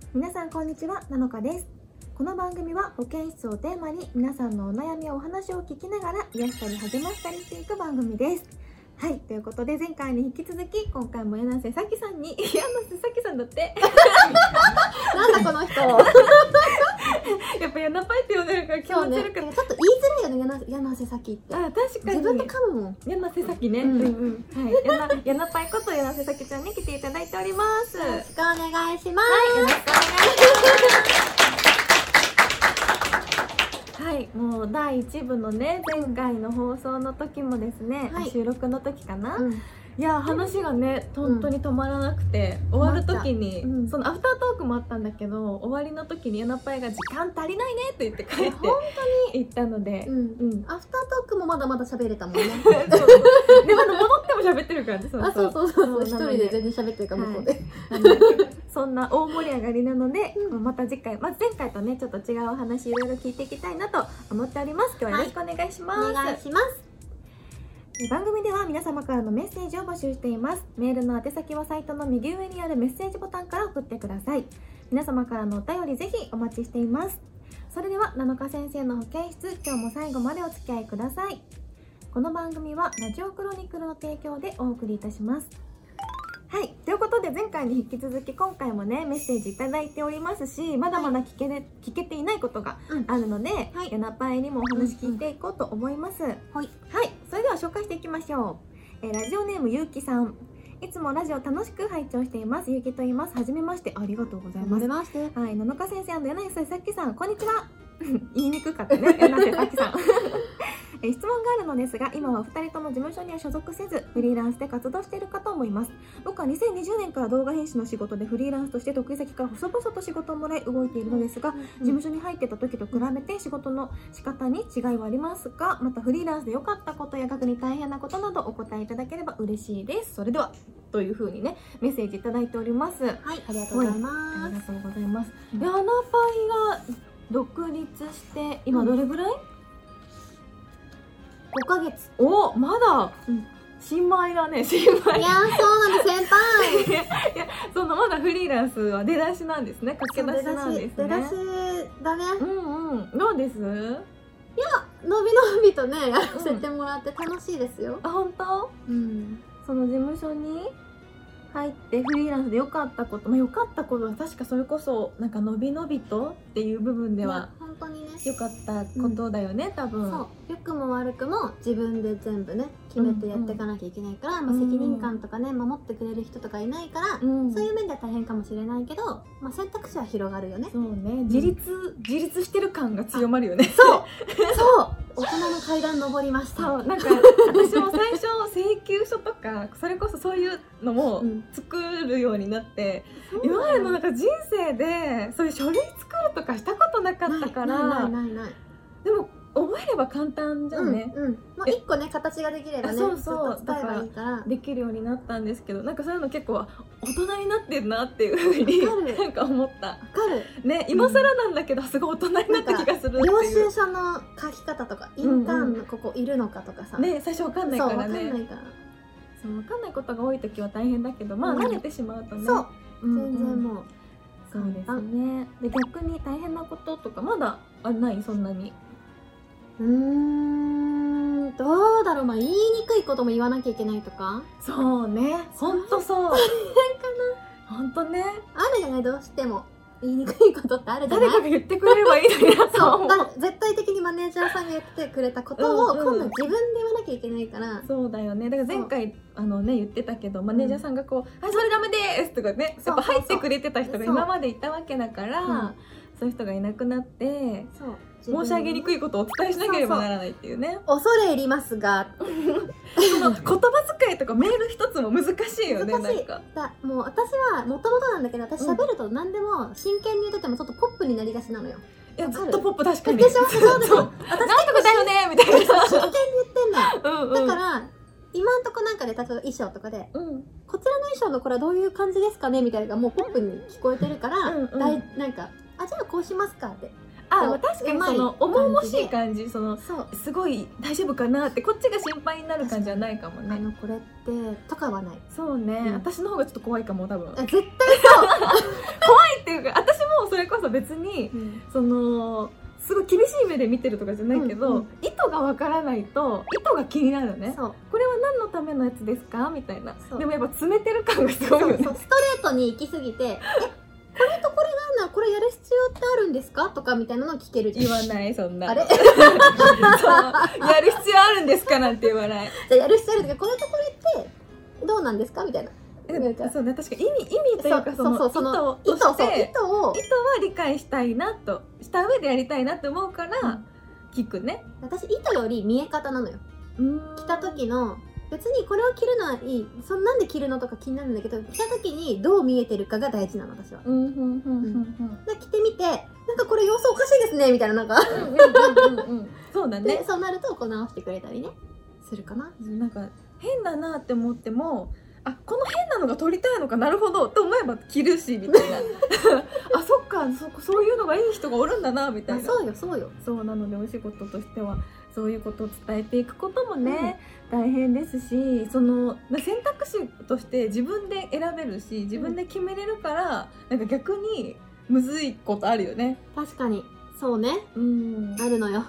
皆さんこんにちは、なのかです。この番組は保健室をテーマに皆さんのお悩みやお話を聞きながら癒したり励ましたりしていく番組です。はい、ということで前回に引き続き今回も柳瀬咲さんに柳瀬咲さんだってなんだこの人やっぱ柳パイって呼んでるから気持ち悪くて、 ね、ちょっと言いづらいよね、柳瀬咲って。 あ、確かに自分で噛むもん。 柳瀬咲ね、はい、柳パイこと柳瀬咲ちゃんに来ていただいております。 よろしくお願いします。 はい、よろしくお願いします。はい、もう第1部のね、前回の放送の時もですね、 はい、 収録の時かな、いや話がね本当に止まらなくて、終わる時に、そのアフタートークもあったんだけど、終わりの時にヤナパイが時間足りないねって言って帰って言ったので、 アフタートークもまだまだ喋れたもんね。 でまだ戻っても喋ってるからね。 そう一人で全然喋ってるから向こうで。 そんな大盛り上がりなので、また次回、まず前回とねちょっと違うお話いろいろ聞いていきたいなと思っております。今日はよろしくお願いします。 お願いします。 番組では皆様からのメッセージを募集しています。メールの宛先はサイトの右上にあるメッセージボタンから送ってください。皆様からのお便りぜひお待ちしています。それでは7日先生の保健室、今日も最後までお付き合いください。この番組はラジオクロニクルの提供でお送りいたします。はい、ということで前回に引き続き今回もねメッセージいただいておりますし、まだまだ聞けていないことがあるので、ヤナパイにもお話聞いていこうと思います。はい、それでは紹介していきましょう。ラジオネームゆうきさん、いつもラジオ楽しく拝聴しています。ゆうきと言います。はじめまして。ありがとうございます。はい、七日先生&柳瀬咲さん、こんにちは。言いにくかったね、柳瀬咲さん。質問があるのですが、今は2人とも事務所には所属せずフリーランスで活動しているかと思います。僕は2020年から動画編集の仕事でフリーランスとして得意先から細々と仕事をもらい動いているのですが、事務所に入ってた時と比べて仕事の仕方に違いはありますか？またフリーランスで良かったことや逆に大変なことなどお答えいただければ嬉しいです。それではという風にねメッセージいただいております。はい、 ありがとうございます。 ありがとうございます。ヤナパイが独立して今どれぐらい ？5ヶ月。 お、まだ、新米だね、新米。 いやー、そうなんです、先輩。 いや、そのまだフリーランスは出だしなんですね、駆け出しなんですね。 出だしだね。 どうです？いや、 のびのびとね、やらせてもらって楽しいですよ。 あ、本当？その事務所に入ってフリーランスで良かったこと、良かったことは確かそれこそなんかのびのびとっていう部分では本当にね良かったことだよね、多分。 そう、良くも悪くも自分で全部ね決めてやっていかなきゃいけないから、責任感とかね守ってくれる人とかいないから、そういう面では大変かもしれないけど、選択肢は広がるよね。 そうね、自立してる感が強まるよね。 そう大人の階段登りました。 そう、なんか私も最初請求書とかそれこそそういうのも作るようになって、今までのなんか人生でそういう書類作るとかしたことなかったから、でも覚えれば簡単じゃんね。 1個ね形ができればね、 そう使えばいいからできるようになったんですけど、なんかそういうの結構大人になってるなっていうふうになんか思った。ね、今更なんだけどすごい大人になった気がするっていう。 領収書の書き方とかインターンのここいるのかとかさ、 ね、最初わかんないからね。 わかんないから、 そう、わかんないことが多い時は大変だけど、慣れてしまうとね。 そう、全然もうそうですね。で、逆に大変なこととかまだない？そんなに。 どうだろう、言いにくいことも言わなきゃいけないとか。 そうね、ほんとそう。 大変かな。ほんとね。 あるよね、どうしても。言いにくいことってあるじゃない？ 誰かが言ってくれればいいのになと思う。 そう、絶対的にマネージャーさんが言ってくれたことを今度自分で言わなきゃいけないから。 そうだよね。だから前回言ってたけど、マネージャーさんがこう「あ、それダメです」とかね、やっぱ入ってくれてた人が今までいたわけだから、そういう人がいなくなって、申し上げにくいことをお伝えしなければならないっていうね。 恐れ入りますが、 その言葉遣いとかメール一つも難しいよね。なんかもう私はもともとなんだけど、私喋ると何でも真剣に言っててもちょっとポップになりがちなのよ。 いや、ずっとポップ、確かに。 でしょ、そうでしょ。私なんとかだよねみたいな。 真剣に言ってんの。だから今んとこなんかで、例えば衣装とかで、こちらの衣装のこれはどういう感じですかねみたいなのがもうポップに聞こえてるから、なんかじゃあこうしますかって。 確かにその重々しい感じ、すごい大丈夫かなってこっちが心配になる感じはないかもね。 これってとかはない。 そうね、私の方がちょっと怖いかも、多分。 絶対そう。 怖いっていうか、私も別に、そのすごい厳しい目で見てるとかじゃないけど、意図がわからないと意図が気になるよね。これは何のためのやつですかみたいな。でもやっぱ詰めてる感がすごいよね。 ストレートに行き過ぎてこれとこれがこれやる必要ってあるんですかとかみたいなのを聞けるじゃん。 言わない、そんな。 あれやる必要あるんですかなんて言わない。 じゃあやる必要あるんですか、これとこれってどうなんですかみたいな。 そうね、確かに意味というか、その意図は理解したいなとした上でやりたいなって思うから聞くね。 私意図より見え方なのよ。着た時の別にこれを着るのはいい、なんで着るのとか気になるんだけど、着た時にどう見えてるかが大事なの私は。で着てみてなんかこれ様子おかしいですねみたいな、なんかそうだね。 でそうなるとこう直してくれたりねするかな。 なんか変だなって思っても、あ、この変なのが撮りたいのか、なるほどと思えば着るしみたいなあ、そっか、そういうのがいい人がおるんだなみたいな。 そうよそうよ。 そうなのでお仕事としてはそういうことを伝えていくこともね、大変ですし、その選択肢として自分で選べるし自分で決めれるから、なんか逆にむずいことあるよね。 確かにそうね、あるのよ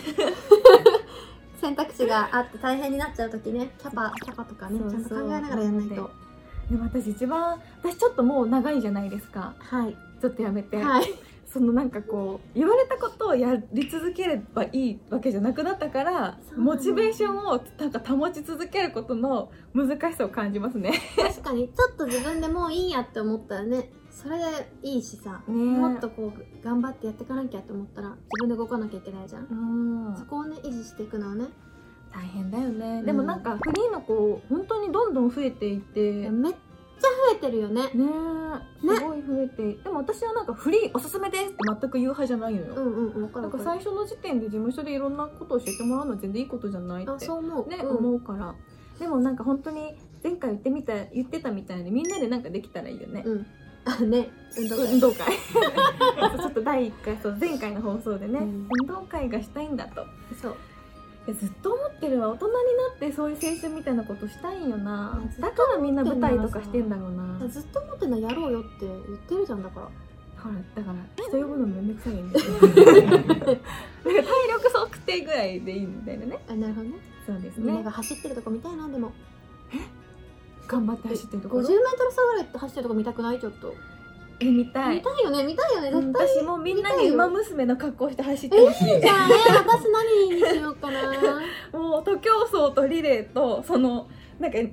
選択肢があって大変になっちゃう時ね、キャパとかね、ちゃんと考えながらやらないと。 でも私ちょっともう長いじゃないですか。 はい。 ちょっとやめて。 はい。 そのなんかこう言われたことをやり続ければいいわけじゃなくなったから、モチベーションをなんか保ち続けることの難しさを感じますね。 確かにちょっと自分でもういいやって思ったらね、それでいいしさ、もっとこう頑張ってやっていかなきゃって思ったら自分で動かなきゃいけないじゃん。そこをね維持していくのはね大変だよね。でもなんかフリーの子本当にどんどん増えていて、 めっちゃ増えてるよね。 すごい増えて、でも私はなんかフリーおすすめですって全く言う派じゃないのよ。なんか最初の時点で事務所でいろんなことを教えてもらうのは全然いいことじゃないって思うから。でもなんか本当に前回言ってたみたいにみんなでなんかできたらいいよね。 ね、 運動会ちょっと第1回、前回の放送でね、運動会がしたいんだと。そうずっと思ってるわ。大人になってそういう青春みたいなことしたいんよな。だからみんな舞台とかしてんだろうな。 ずっと思ってんのやろうよって言ってるじゃん。だからだから人呼ぶのめんどくさいんだよね。体力測定ぐらいでいいみたいなね。 なるほどね。 そうですね。 みんなが走ってるとこ見たいな。でも頑張って走ってるところ 50m 差ぐらい走ってるとこ見たくない？ちょっと見たいよね絶対。 私もみんなに馬娘の格好して走ってほしい。 じゃあ私何にしようかな。 もう徒競走とリレーとそのなんか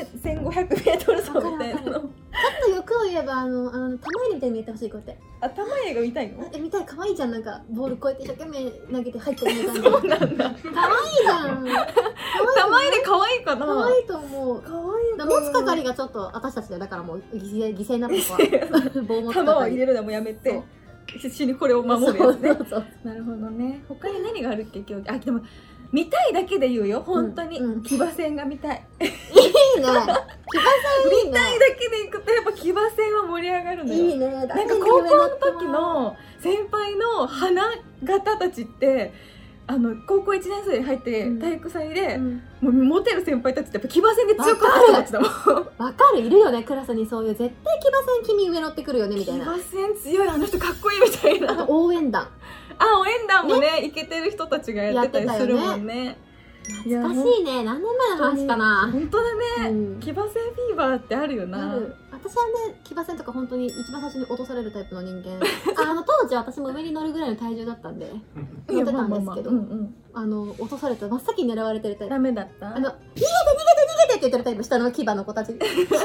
1500m 走みたいなの。ちょっと欲を言えば玉入れみたいに見えてほしい。こうやって玉入れが見たいの？ 見たい。可愛いじゃん。なんかボールこうやって一生懸命投げて入ってるみたいな。そうなんだ。可愛いじゃん。 玉入れ可愛いかな。 可愛いと思う。可愛い。持つ係がちょっと私たちで、だからもう犠牲になるのは棒持つ係。玉を入れるのもやめて必死にこれを守るやつね。なるほどね。他に何があるっけ今日。あ、でも見たいだけで言うよ、本当に。騎馬戦が見たい。 いいね。騎馬戦いいね。 見たいだけで行くとやっぱ騎馬戦は盛り上がるのよ。 いいね。 なんか高校の時の先輩の花形たちって高校1年生に入って体育祭で、もうモテる先輩たちってやっぱ騎馬戦で強かった人たちだもん。 わかる。いるよね、クラスにそういう。絶対騎馬戦君上乗ってくるよねみたいな。 騎馬戦強い、あの人かっこいいみたいな。 あと応援団。 応援団もね、イケてる人たちがやってたりするもんね。 懐かしいね。何年前の話かな。 本当だね。騎馬戦フィーバーってあるよな。 私はね、騎馬戦とか本当に一番最初に落とされるタイプの人間。当時私も上に乗るぐらいの体重だったんで乗ってたんですけど、落とされた真っ先に狙われてるタイプ。 ダメだった。 逃げてって言ってるタイプ。下の騎馬の子たち。逃げて来て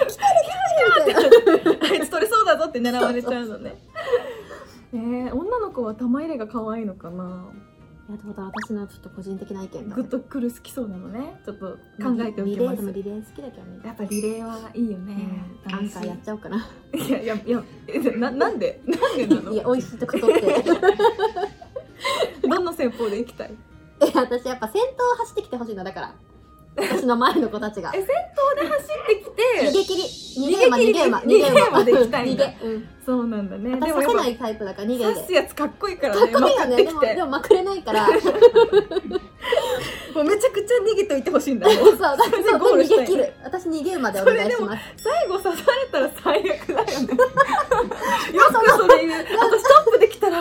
るあいつ取れそうだぞって狙われちゃうのね。女の子は玉入れが可愛いのかな。 いや、どうだ、私のちょっと個人的な意見だ。 グッとくる好きそうなのね。ちょっと考えておきます。 リレー好きだけどね。 やっぱリレーはいいよね。 アンカーやっちゃおうかな。 いやなんでなの？ いや、美味しいとこ取って。 どの戦法で行きたい？ 私やっぱ先頭を走ってきてほしいのだから。私の前の子たちが。 先頭で走ってきて。 逃げ切り。逃げ馬で行きたいんだ。 そうなんだね。 私刺せないタイプだから逃げで。 刺すやつかっこいいからね。 かっこいいよね。でもまくれないから。 もうめちゃくちゃ逃げといてほしいんだ。 そう、だから逃げ切る。私逃げ馬でお願いします。 最後刺されたら最悪だよね。よくそれ言う。あと一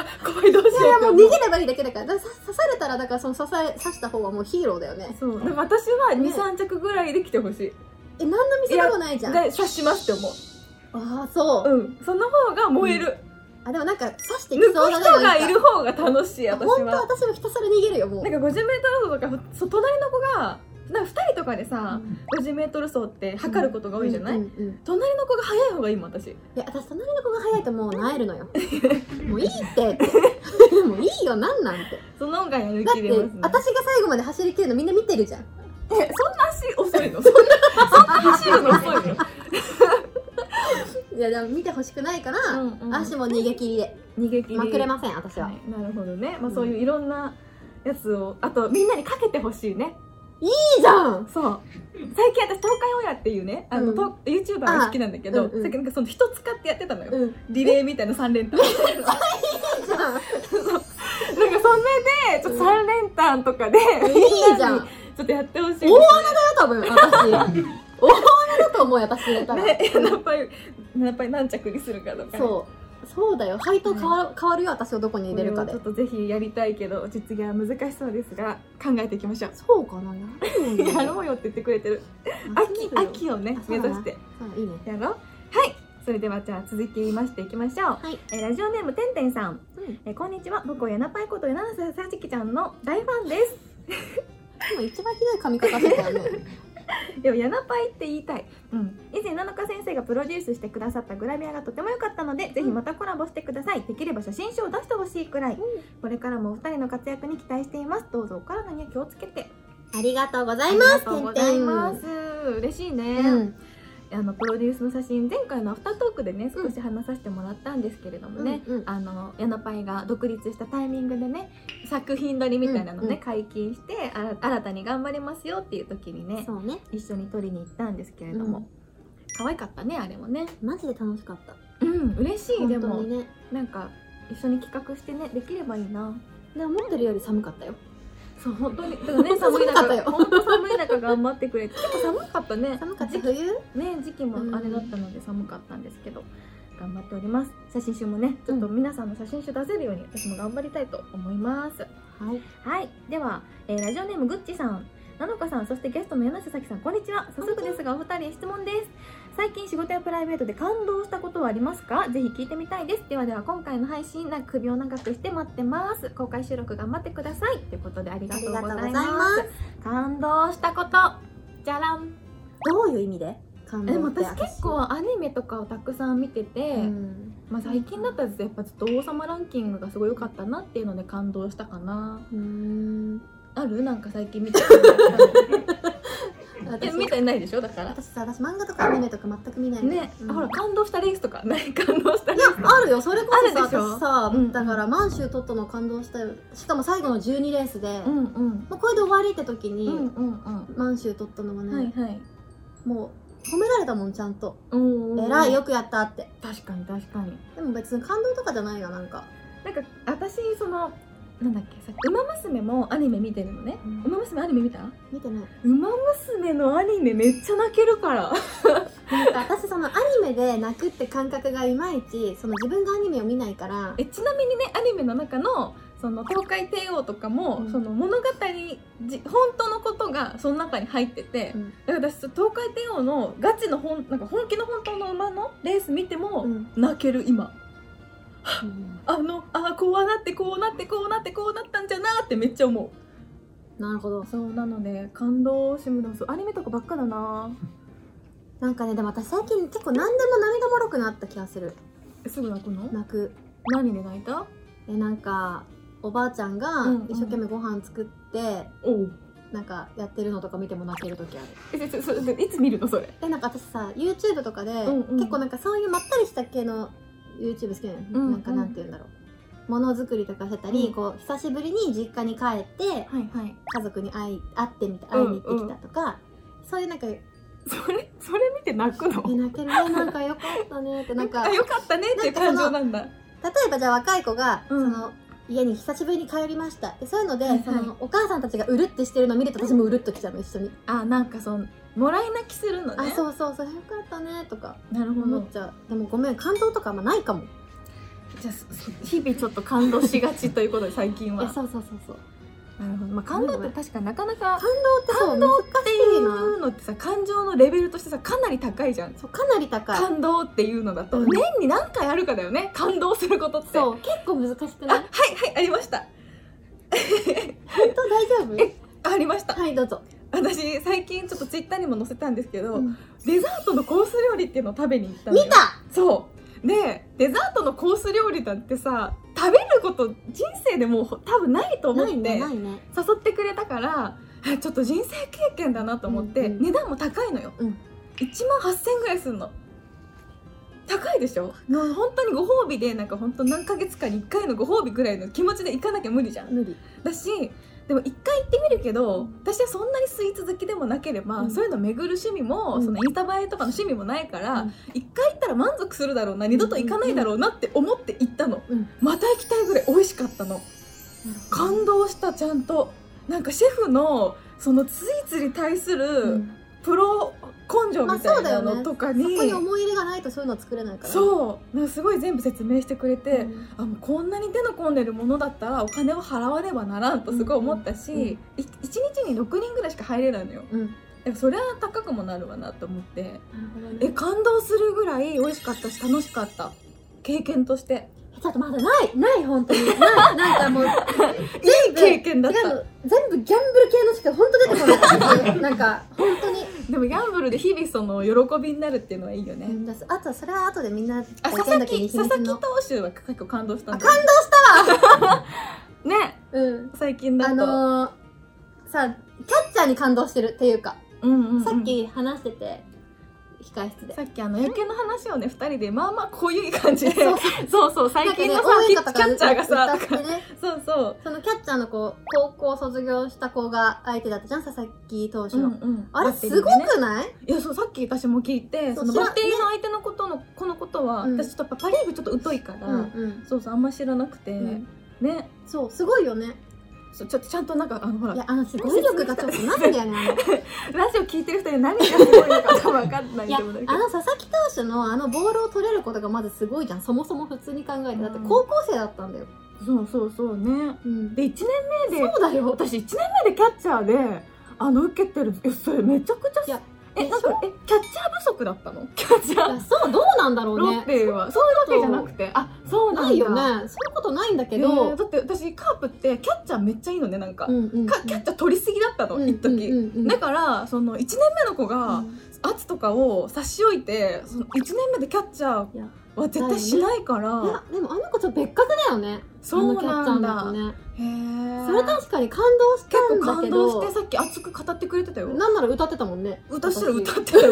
怖い、どうしようって。 いやもう逃げればいいだけだから、刺されたらだからその刺した方はもうヒーローだよね。 そう、でも私は2、3着ぐらいで来てほしい。 何の見せ場もないじゃん。 で刺しますって思う。 ああそう。 その方が燃える。 あ、でもなんか刺してきそうだね。 抜く人がいる方が楽しい。私は本当私もひたすら逃げるよ。もうなんか 50m 走とか隣の子がなんか2人とかでさ、50m 走って測ることが多いじゃない。隣の子が速い方がいいもん私。いや私隣の子が速いともう萎えるのよ。もういいってもういいよ、なんなんて。 その方がやる気出ますね。 だって私が最後まで走りきるのみんな見てるじゃん。 そんな足遅いの？そんな走るの遅いの？ いやでも見てほしくないから、足も逃げ切りでまくれません私は。 なるほどね。まあそういういろんなやつを、あとみんなにかけてほしいね。 いいじゃん。 そう。最近私東海オンエアっていうね、YouTuber が好きなんだけど、最近なんかその人使ってやってたのよ。リレーみたいな3連単。いいじゃん。なんかそれでちょっと3連単とかでいいじゃん。 ちょっとやってほしい。 大穴だよ多分私。大穴だと思うよ私入れたら。 やっぱり何着にするかとか。 そうだよ。配当変わるよ私をどこに入れるかで。 ちょっとぜひやりたいけど実現は難しそうですが考えていきましょう。 そうかな。 やろうよって言ってくれてる。秋をね目指していいね。 やろう。はい。それではじゃあ続きましていきましょう。はい。ラジオネームてんてんさん。こんにちは。僕はやなぱいことやなささじきちゃんの大ファンです。 今一番ひどい髪型してたよね。 でもやなぱいって言いたい。以前なのか先生がプロデュースしてくださったグラビアがとても良かったので、ぜひまたコラボしてください。できれば写真集を出してほしいくらい。これからもお二人の活躍に期待しています。どうぞお体には気をつけて。 ありがとうございます。ありがとうございます。嬉しいね。プロデュースの写真、前回のアフタートークでね少し話させてもらったんですけれどもね、やなぱいが独立したタイミングでね作品撮りみたいなのね解禁して新たに頑張りますよっていう時にね一緒に撮りに行ったんですけれども、可愛かったねあれもね。 マジで楽しかった。 嬉しい。でもなんか一緒に企画してねできればいいな。 でも思ってるより寒かったよ。 そう本当にだからね寒い中本当寒い中頑張ってくれて結構寒かったね。 寒かった冬ね時期もあれだったので寒かったんですけど頑張っております。写真集もねちょっと皆さんの写真集出せるように私も頑張りたいと思います。はい。ではラジオネームぐっちさん、なのかさん、そしてゲストの柳瀬咲さん、こんにちは。早速ですがお二人へ質問です。最近仕事やプライベートで感動したことはありますか？ぜひ聞いてみたいです。では今回の配信首を長くして待ってます。公開収録頑張ってくださいということでありがとうございます。感動したことじゃらん。 どういう意味で感動って？ でも私結構アニメとかをたくさん見てて、最近だったらやっぱずっと王様ランキングがすごい良かったなっていうので感動したかな。ある？なんか最近見て見てないでしょ？だから私漫画とかアニメとか全く見ないね。ほら感動したレースとかない？感動したレース。 いやあるよ。それこそさ私さだから満州取ったの感動したよ。しかも最後の12レースでもうこれで終わりって時に満州取ったのはねもう褒められたもんちゃんと。偉いよくやったって。 確かに確かに。 でも別に感動とかじゃないよ。なんか私なんだっけさ、ウマ娘もアニメ見てるのね。ウマ娘アニメ見た？ 見てない。 ウマ娘のアニメめっちゃ泣けるからなんか私そのアニメで泣くって感覚がいまいち自分がアニメを見ないから。 ちなみにねアニメの中の東海帝王とかも、物語本当のことがその中に入ってて、だから私東海帝王のガチのなんか本気の本当の馬のレース見ても泣ける今。こうなってこうなってこうなってこうなったんじゃなーってめっちゃ思う。なるほど。 そうなので感動しむの。アニメとかばっかだな。 なんかねでも私最近結構何でも涙もろくなった気がする。 すぐ泣くの？ 泣く。 何で泣いた？ なんかおばあちゃんが一生懸命ご飯作ってなんかやってるのとか見ても泣ける時ある。いつ見るのそれ？ なんか私さ YouTube とかで結構なんかそういうまったりした系のYouTube 好きなの。なんかなんて言うんだろう、ものづくりとかしてたり、久しぶりに実家に帰って家族に会いに行ってきたとか、そういうなんかそれ見て泣くの？ 泣けるね。なんかよかったねってなんかよかったねって感情なんだ。 例えばじゃあ若い子が家に久しぶりに帰りました。そういうのでお母さんたちがうるってしてるのを見ると私もうるっときちゃうの一緒に。 なんかもらい泣きするのね。 そうよかったねとかなるほど思っちゃう。でもごめん感動とかあんまないかも。 じゃあ日々ちょっと感動しがちということで最近は。 そう。 なるほど。まあ感動って確かなかなか感動っていうのってさ、感情のレベルとしてさかなり高いじゃん。 そう、かなり高い。 感動っていうのだと、年に何回あるかだよね、感動することって。 そう、結構難しくない？ はいありました。 本当大丈夫？ ありました。 はい、どうぞ。 私最近ちょっとツイッターにも載せたんですけど、デザートのコース料理っていうのを食べに行ったのよ。 見た！ そうで、デザートのコース料理だってさ、食べること人生でもう多分ないと思って、誘ってくれたから、ちょっと人生経験だなと思って、値段も高いのよ、1万8000円ぐらいするの。高いでしょ。もう本当にご褒美で、なんか本当何ヶ月かに1回のご褒美ぐらいの気持ちで行かなきゃ無理じゃん。無理だし、でも1回行ってみるけど、私はそんなにスイーツ好きでもなければ、そういうの巡る趣味も、そのインスタ映えとかの趣味もないから、1回行ったら満足するだろうな、二度と行かないだろうなって思って行ったの、また行きたいぐらい美味しかったの、感動した。ちゃんとなんかシェフのそのスイーツに対するプロ根性みたいなのとかに、 そこに思い入れがないとそういうの作れないから、 そうなんかすごい全部説明してくれて、あ、もうこんなに手の込んでるものだったらお金を払わねばならんとすごい思ったし、1日に6人ぐらいしか入れないのよ、でもそれは高くもなるわなと思って、感動するぐらい美味しかったし楽しかった、経験として。 ちょっとまだない本当になんかもういい経験だった。 全部ギャンブル系のしか本当出てこないなんか本当に。 でもギャンブルで日々その喜びになるっていうのはいいよね。 あとそれは後でみんな佐々木投手は結構感動したんだ。 感動したわね、最近だとさ、キャッチャーに感動してるっていうか、さっき話してて控室で、 さっき野球の話をね2人でまあまあこういう感じで、そう最近のさキャッチャーがさ、そうそのキャッチャーの子、高校卒業した子が相手だったじゃん、佐々木投手の。あれすごくない？ いや、そうさっき私も聞いて、そのバッテリーの相手のこのことは私ちょっとパ・リーグちょっと疎いから、そうあんま知らなくてね。そうすごいよね。 ちょっとちゃんとなんかほら、 いやすごい力がちょっとなんだよねラジオ聞いてる人に何がすごいのか分かんないけど、 佐々木投手のボールを取れることがまずすごいじゃん、そもそも普通に考えて。だって高校生だったんだよ。 そうね。で1年目で、 そうだよ、 私1年目でキャッチャーで受けてる。それめちゃくちゃなんかキャッチャー不足だったの？キャッチャー。 そう、どうなんだろうね。 ロッテはそういうわけじゃなくて、そうなんだ。 ないよね。そういうことないんだけど、 だって私カープってキャッチャーめっちゃいいのね、なんかキャッチャー取りすぎだったの一時。だからその1年目の子が圧とかを差し置いて、その1年目でキャッチャーは絶対しないから。いやでもあの子ちょっと別格だよね。 そうなんだ。 へえ。それ確かに感動したんだけど、 結構感動してさっき熱く語ってくれてたよ。 なんなら歌ってたもんね。 歌ってたよ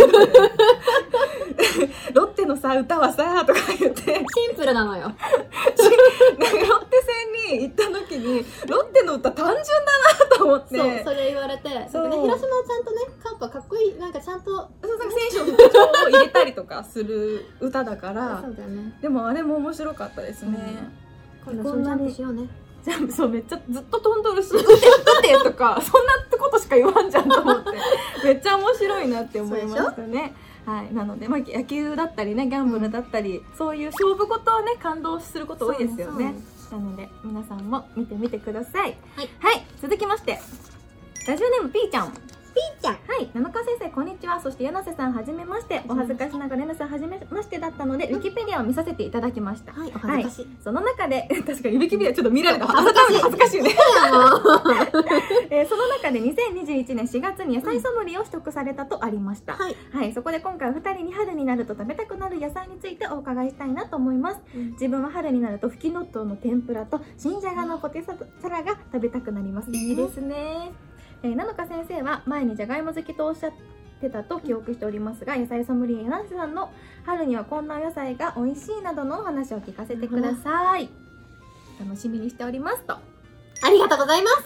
ロッテのさ歌はさとか言って、 シンプルなのよ。 ロッテ戦に行った時にロッテの歌単純だなと思って、 それ言われて、広島はちゃんとね、カープはかっこいい、なんかちゃんと選手の特徴を入れたりとかする歌だからそうだよね。 でもあれも面白かったですね。 今度そんなにしようね。 全部そう、めっちゃずっと飛んどるし、打てとかそんなことしか言わんじゃんと思ってめっちゃ面白いなって思いましたね。はい、なので、野球だったりね、ギャンブルだったり、そういう勝負事はね感動すること多いですよね。なので皆さんも見てみてください。はい、続きましてラジオネームピーちゃん。はい、七川先生こんにちは。そして柳瀬さんはじめまして。お恥ずかしながら柳瀬さんはじめましてだったので、ウィキペディアを見させていただきました。 はい、お恥ずかしい。 その中で確かにウィキペディアちょっと見られた恥ずかしいねその中で2021年4月に野菜ソムリエを取得されたとありました。はい、そこで今回お二人に春になると食べたくなる野菜についてお伺いしたいなと思います。自分は春になるとフキノトウの天ぷらと新じゃがのポテサラが食べたくなります。いいですね。なのか先生は前にじゃがいも好きとおっしゃってたと記憶しておりますが、野菜ソムリエ柳瀬さんの春にはこんなお野菜が美味しいなどのお話を聞かせてください。楽しみにしておりますと。 ありがとうございます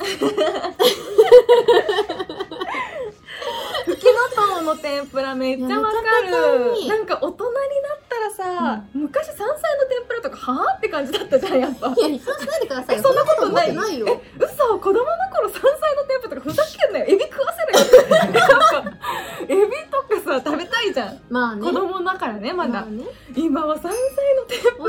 フキノトウの天ぷらめっちゃわかる。なんか大人になったらさ、昔山菜の天ぷらとかはぁって感じだったじゃん、やっぱ。 いや、そうしないでくださいよ。 そんなことないよ。嘘、子供の頃山菜の天ぷらとかふざけんなよ。エビ食わせろよ。なんかエビとかさ食べたいじゃん。まあね。子供だからね、まだ。今は山菜の天ぷら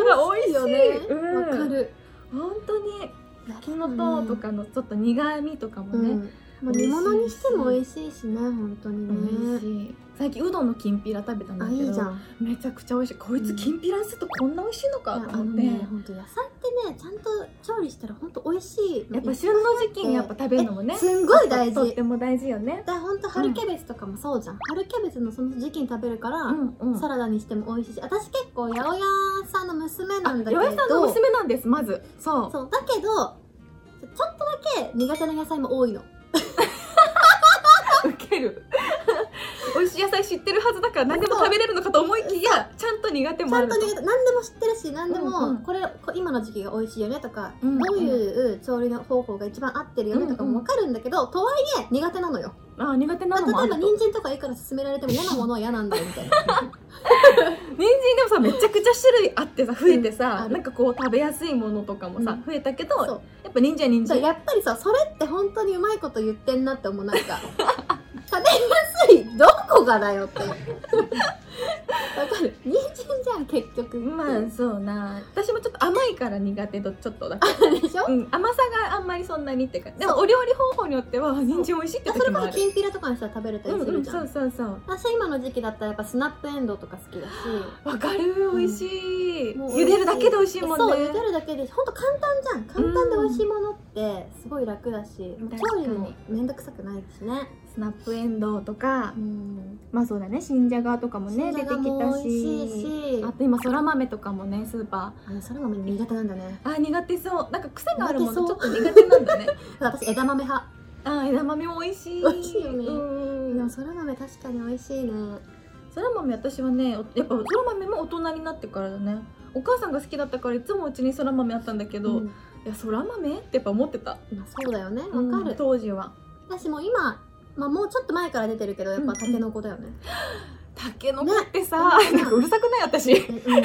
が美味しいよね。わかる。 本当に焼きのととかのちょっと苦味とかもね、 もう煮物にしても美味しいしね、本当にね。 美味しい。最近うどんのきんぴら食べたんだけど、 いいじゃん。 めちゃくちゃ美味しい。こいつきんぴらにするとこんな美味しいのかと思って。 本当野菜ってね、ちゃんと調理したら本当美味しい。 やっぱ旬の時期にやっぱ食べるのもね、 すんごい大事。 とっても大事よね。 だから本当春キャベツとかもそうじゃん。春キャベツのその時期に食べるからサラダにしても美味しいし、私結構八百屋さんの娘なんだけど。 八百屋さんの娘なんです。まずそうだけどちょっとだけ苦手な野菜も多いの。 ウケる。美味しい野菜知ってるはずだから何でも食べれるのかと思いきや、ちゃんと苦手もある。 ちゃんと苦手、何でも知ってるし、何でもこれ今の時期が美味しいよねとか、どういう調理の方法が一番合ってるよねとかも分かるんだけど、とはいえ苦手なのよ。苦手なのもあると。例えば人参とかいくら勧められても嫌なものは嫌なんだよみたいな。 人参でもさ、めちゃくちゃ種類あってさ、増えてさ、なんかこう食べやすいものとかもさ増えたけど、やっぱ人参は人参。 やっぱりさ、それって本当にうまいこと言ってんなって思う。なんか食べやすいどこがだよって。わかる。人参じゃん結局。 まあそうな。私もちょっと甘いから苦手とちょっとだけ。 でしょ。 甘さがあんまりそんなにってか。でもお料理方法によっては人参美味しいって時もある。 それこそきんぴらとかにしたら食べれたりするじゃん。 そう。 私は今の時期だったらやっぱスナップエンドウとか好きだし。 わかる。美味しい。茹でるだけで美味しいもんね。 そう、茹でるだけで本当簡単じゃん。簡単で美味しいものってすごい楽だし、調理もめんどくさくないしね。 スナップエンドウとか、まあそうだね、新じゃがとかもね出てきたし、あと今そら豆とかもね、スーパー。 そら豆苦手なんだね。 苦手そう。なんか癖があるものちょっと苦手なんだね。 私枝豆派。 枝豆も美味しい。 美味しいよね。でもそら豆確かに美味しいね。 そら豆私はね、やっぱそら豆も大人になってからだね。お母さんが好きだったからいつもうちにそら豆あったんだけど、いやそら豆ってやっぱ思ってた。 そうだよね、わかる。 当時は。 私も今もうちょっと前から出てるけど、やっぱタケノコだよね。 タケノコってさ、なんかうるさくない私。タケノコ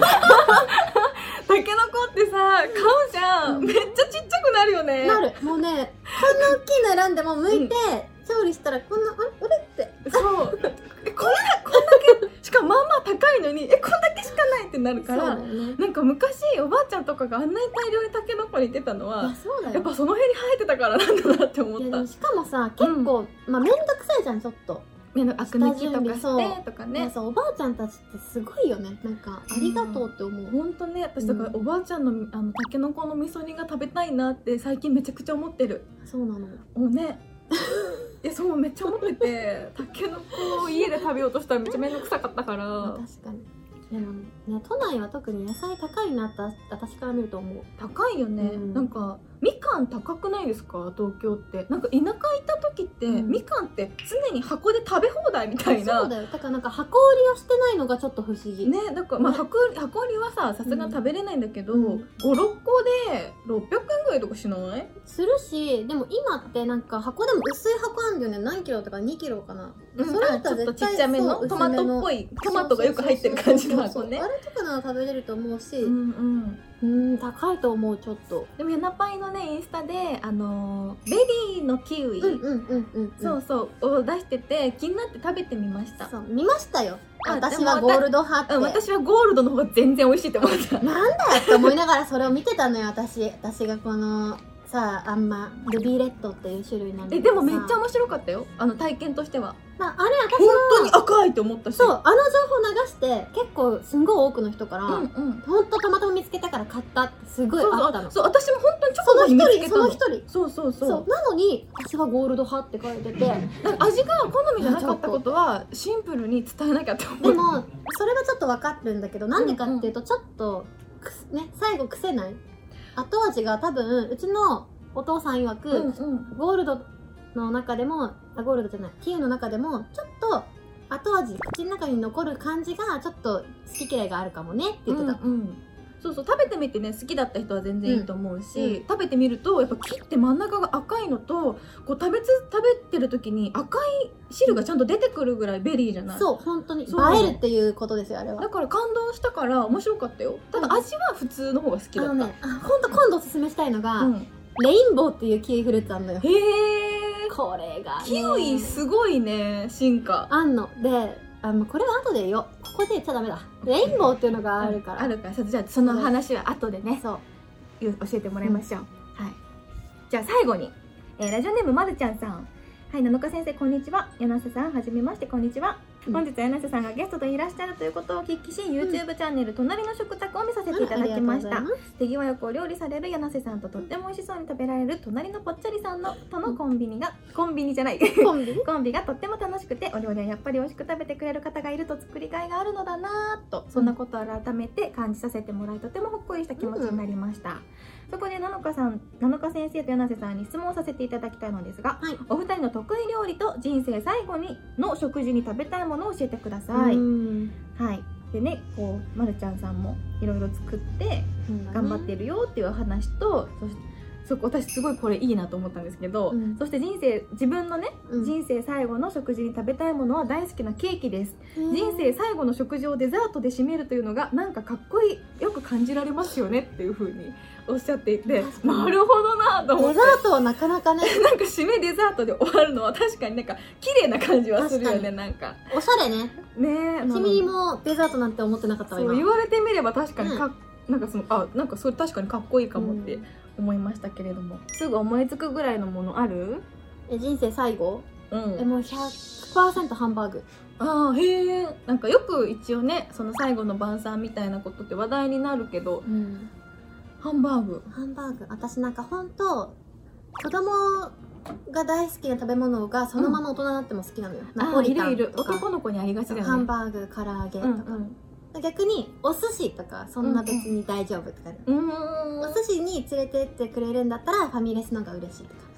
ってさ、買うじゃん。めっちゃちっちゃくなるよね。 なる。もうね、こんな大きいの選んでも剥いて調理したらこんな、あれって。 そう。こんだけ、しかもまあまあ高いのに、こんだけしかないってなるから、なんか昔おばあちゃんとかがあんなに大量にタケノコに出たのは、やっぱその辺に生えてたからなんだなって思った。 しかもさ、結構めんどくさいじゃん、ちょっと。 アク抜きとかしてとかね。 おばあちゃんたちってすごいよね。なんかありがとうって思う。 本当ね、私だからおばあちゃんのタケノコの味噌煮が食べたいなって最近めちゃくちゃ思ってる。 そうなの。 もうね。そうめっちゃ思ってて、タケノコを家で食べようとしたらめっちゃ面倒くさかったから。 確かに。でもね、都内は特に野菜高いなって私から見ると思う。 高いよね。なんかみかん高くないですか、東京って。なんか田舎行った時って、みかんって常に箱で食べ放題みたいな。 そうだよ。だからなんか箱売りをしてないのがちょっと不思議ね。だからまあ箱売りはさすが食べれないんだけど、5、6個で600円ぐらいとかしない？ するし、でも今ってなんか箱でも薄い箱あるんだよね。何キロとか2キロかな。 それだったらちょっとちっちゃめのトマトっぽい、トマトがよく入ってる感じの箱ね。 あれとかなら食べれると思うし、高いと思う。ちょっと。 でもヤナパイのねインスタでベリーのキウイを出してて気になって食べてみました。 そう見ましたよ。私はゴールド派って。 私はゴールドの方が全然美味しいって思った。 なんだよって思いながらそれを見てたのよ。私がこのさあんまルビーレッドっていう種類なんだけど、 でもめっちゃ面白かったよ、体験としては。 あれ私本当に赤いと思ったし、 そう、あの情報流して結構すんごい多くの人からほんとたまたま見つけたから買ったってすごいあったの。そう、 私も本当にチョコが見つけたの。 その一人そうなのに私はゴールド派って書いてて、 味が好みじゃなかったことはシンプルに伝えなきゃって思う。 でもそれはちょっと分かるんだけど、なんでかっていうとちょっとね、最後癖ない後味が多分うちのお父さん曰くゴールドの中でもゴールドじゃないキウイの中でもちょっと後味口の中に残る感じがちょっと好き嫌いがあるかもねって言ってた。そうそう、食べてみてね、好きだった人は全然いいと思うし、食べてみるとやっぱ切って真ん中が赤いのとこう食べてる時に赤い汁がちゃんと出てくるぐらいベリーじゃない。そう、本当に映えるっていうことですよあれは。だから感動したから面白かったよ。ただ味は普通の方が好きだった。本当今度おすすめしたいのがレインボーっていうキウイフルーツあんのよ。へえ。これがキウイすごいね、進化あんので、これは後でよ。ここで言っちゃダメだ。レインボーっていうのがあるから。 あるから、じゃあその話は後でね、 そう教えてもらいましょう。はい。じゃあ最後に、ラジオネームまるちゃんさん。はい、7日先生こんにちは。柳瀬さんはじめましてこんにちは。本日は柳瀬さんがゲストでいらっしゃるということをお聞きし、YouTube チャンネル隣の食卓を見させていただきました。手際よくお料理される柳瀬さんととっても美味しそうに食べられる隣のぽっちゃりさんとのコンビがとっても楽しくて、お料理はやっぱり美味しく食べてくれる方がいると作りがいがあるのだなぁと、そんなことを改めて感じさせてもらい、とてもほっこりした気持ちになりました。そこで7日先生と柳瀬さんに質問をさせていただきたいのですが、お二人の得意料理と人生最後の食事に食べたいものを教えてください。はい。でね、こうまるちゃんさんもいろいろ作って頑張ってるよっていう話と、私すごいこれいいなと思ったんですけど、そして自分のね、人生最後の食事に食べたいものは大好きなケーキです。人生最後の食事をデザートで締めるというのがなんかかっこいい、よく感じられますよねっていう風におっしゃっていて、なるほどなと思って。 デザートはなかなかねなんか締めデザートで終わるのは確かになんか綺麗な感じはするよね。なんかおしゃれね。1ミリもデザートなんて思ってなかったわ。 そう言われてみれば確かになんかそれ確かにかっこいいかもって思いましたけれども、すぐ思いつくぐらいのものある？ 人生最後？もう 100% ハンバーグ。 ああ、へえ。なんかよく一応ね、その最後の晩餐みたいなことって話題になるけど、ハンバーグ。 私なんか本当子供が大好きな食べ物がそのまま大人になっても好きなのよ。ナポリタンとか男の子にありがちだよね。 ハンバーグ、唐揚げとか、逆にお寿司とかそんな別に大丈夫とか、お寿司に連れてってくれるんだったらファミレスの方が嬉しいとか。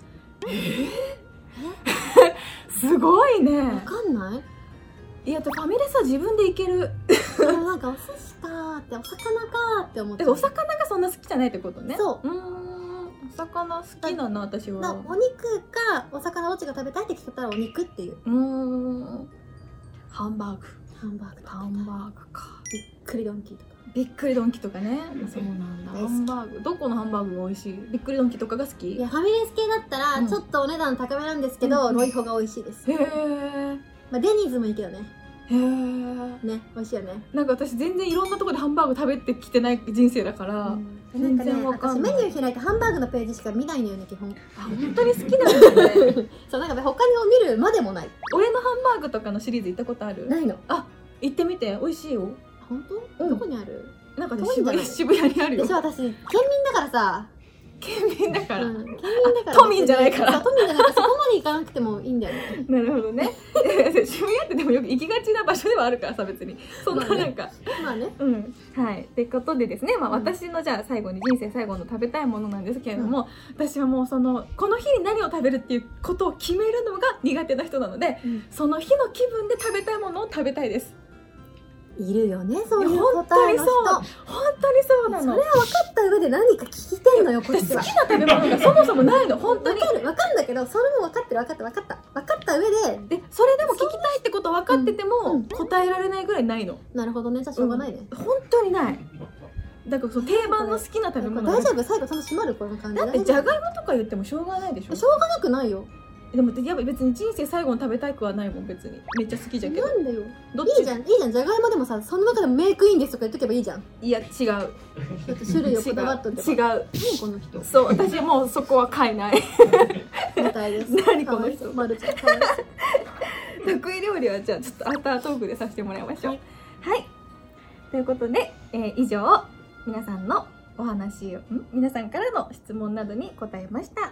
すごいね。 わかんない？ いや、ファミレスは自分で行ける。 でもなんかお寿司かーって、お魚かーって思って。 お魚がそんな好きじゃないってことね。 そう。 お魚好きだな、私は。 お肉かお魚どっちが食べたいって聞かれたらお肉っていう。 ハンバーグか。 びっくりドンキーとか。 びっくりドンキとかね。そうなんだ。ハンバーグ、どこのハンバーグが美味しい？びっくりドンキとかが好き？ いや、ファミレス系だったらちょっとお値段高めなんですけど、ロイホが美味しいです。 へえ。 まあデニーズもいいけどね。 へえ。 ね、美味しいよね。 なんか私全然いろんなところでハンバーグ食べてきてない人生だから、全然わかんない。 私メニュー開いてハンバーグのページしか見ないのよね、基本。 本当に好きなんですね。 そう、なんか他にを見るまでもない。 俺のハンバーグとかのシリーズ行ったことある？ ないの。 あ、行ってみて、美味しいよ。 本当？どこにある？ なんかね、渋谷にあるよ。 私県民だからさ。 県民だから。 都民じゃないから。 都民じゃないから、そこまで行かなくてもいいんだよね。 なるほどね。渋谷ってでもよく行きがちな場所ではあるからさ、別に。そんななんか。 まあね。 はい。ってことでですね、私のじゃあ最後に人生最後の食べたいものなんですけれども、私はもうこの日に何を食べるっていうことを決めるのが苦手な人なので、その日の気分で食べたいものを食べたいです。 いるよね、そういう答えの人。 本当にそうなの。 それは分かった上で何か聞いてんのよ、こっちは。 好きな食べ物がそもそもないの、本当に。 分かるんだけど、それも分かってる、分かった上で。 それでも聞きたいってこと分かってても答えられないぐらいないの。 なるほどね、じゃあしょうがないね。 本当にない。だから定番の好きな食べ物。 大丈夫？最後ちゃんと締まるこの感じ。 だってじゃがいもとか言ってもしょうがないでしょ。 しょうがなくないよ。 でもやっぱ別に人生最後に食べたくはないもん、別に。めっちゃ好きじゃけど。 なんだよ。いいじゃん、じゃがいもでもさ、その中でもメイクインですとか言っとけばいいじゃん。 いや、違う。 ちょっと種類をこだわっとって。 違う。 何この人。 そう、私もうそこは買えない。 みたいです。 何この人。 まるちゃん、かわいそう。 得意料理はじゃあちょっとアフタートークでさせてもらいましょう。はい。ということで、以上、皆さんのお話を、皆さんからの質問などに答えました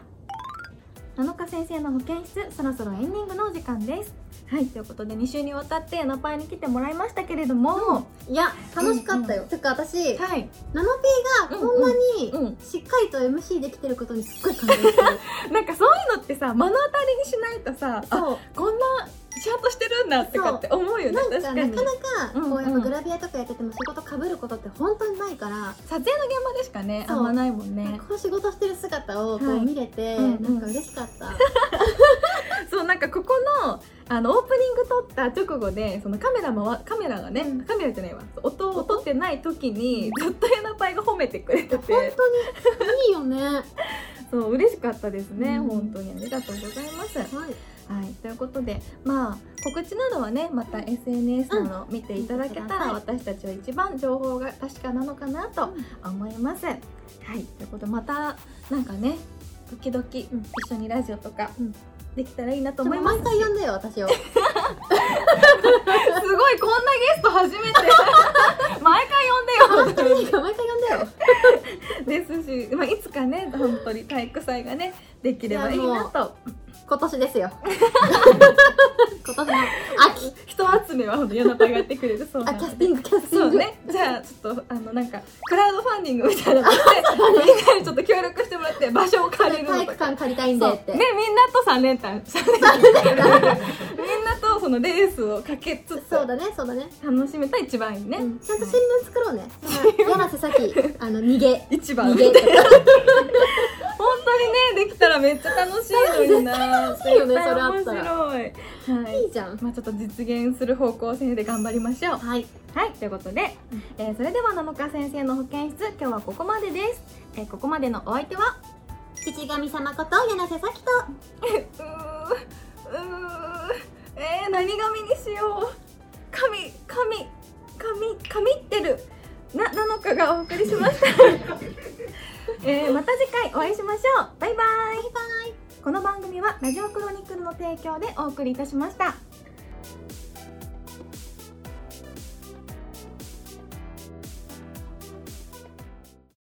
。7日先生の保健室、そろそろエンディングのお時間です。はい、ということで2週にわたってナパイに来てもらいましたけれども、 いや楽しかったよ。てか私、 はい、 ナノピーがこんなにしっかりと MC できてることにすっごい感動してる。 なんかそういうのってさ、目の当たりにしないとさ、こんなシャートしてるんだってかって思うよね。 なんか確かになかなかこうやっぱグラビアとかやってても仕事かぶることって本当にないから、 撮影の現場でしかねあんまないもんね。 こう仕事してる姿をこう見れて、なんか嬉しかった。 そう、なんかここのオープニング撮った直後で、そのカメラがね、カメラじゃないわ、音を撮ってない時にずっとヤナパイが褒めてくれてて、 本当にいいよね。 そう嬉しかったですね、本当にありがとうございます。 はいはい、ということで告知などはねまた SNS など見ていただけたら、私たちは一番情報が確かなのかなと思います。はい、ということでまたなんかね時々一緒にラジオとかできたらいいなと思います。 毎回呼んでよ私を。 すごいこんなゲスト初めて毎回呼んでよ毎回呼んでよですし、いつかね本当に体育祭がねできればいいなと。 今年ですよ今年の秋人集めはほんと夜中やってくれるそうなので、 キャスティングそうね、じゃあちょっとなんかクラウドファンディングみたいなのでみんなにちょっと協力してもらって場所を借りるのとか、 体育館借りたいんでってね、みんなと3連単みんなとそのレースをかけつつそうだねそうだね楽しめたら一番いいね、 ちゃんと新聞作ろうね。柳瀬咲逃げ一番逃げ本当にねできたらめっちゃ楽しいのにな。 楽しいよねそれあったら。 面白い。はい。 いいじゃん。 ちょっと実現する方向性で頑張りましょう。 はいはいということで、それでは7日先生の保健室今日はここまでです。ここまでのお相手は父神様こと柳瀬咲と何神にしよう。神ってる7日がお送りしました。また次回お会いしましょう。バイバイ。この番組はラジオクロニクルの提供でお送りいたしました。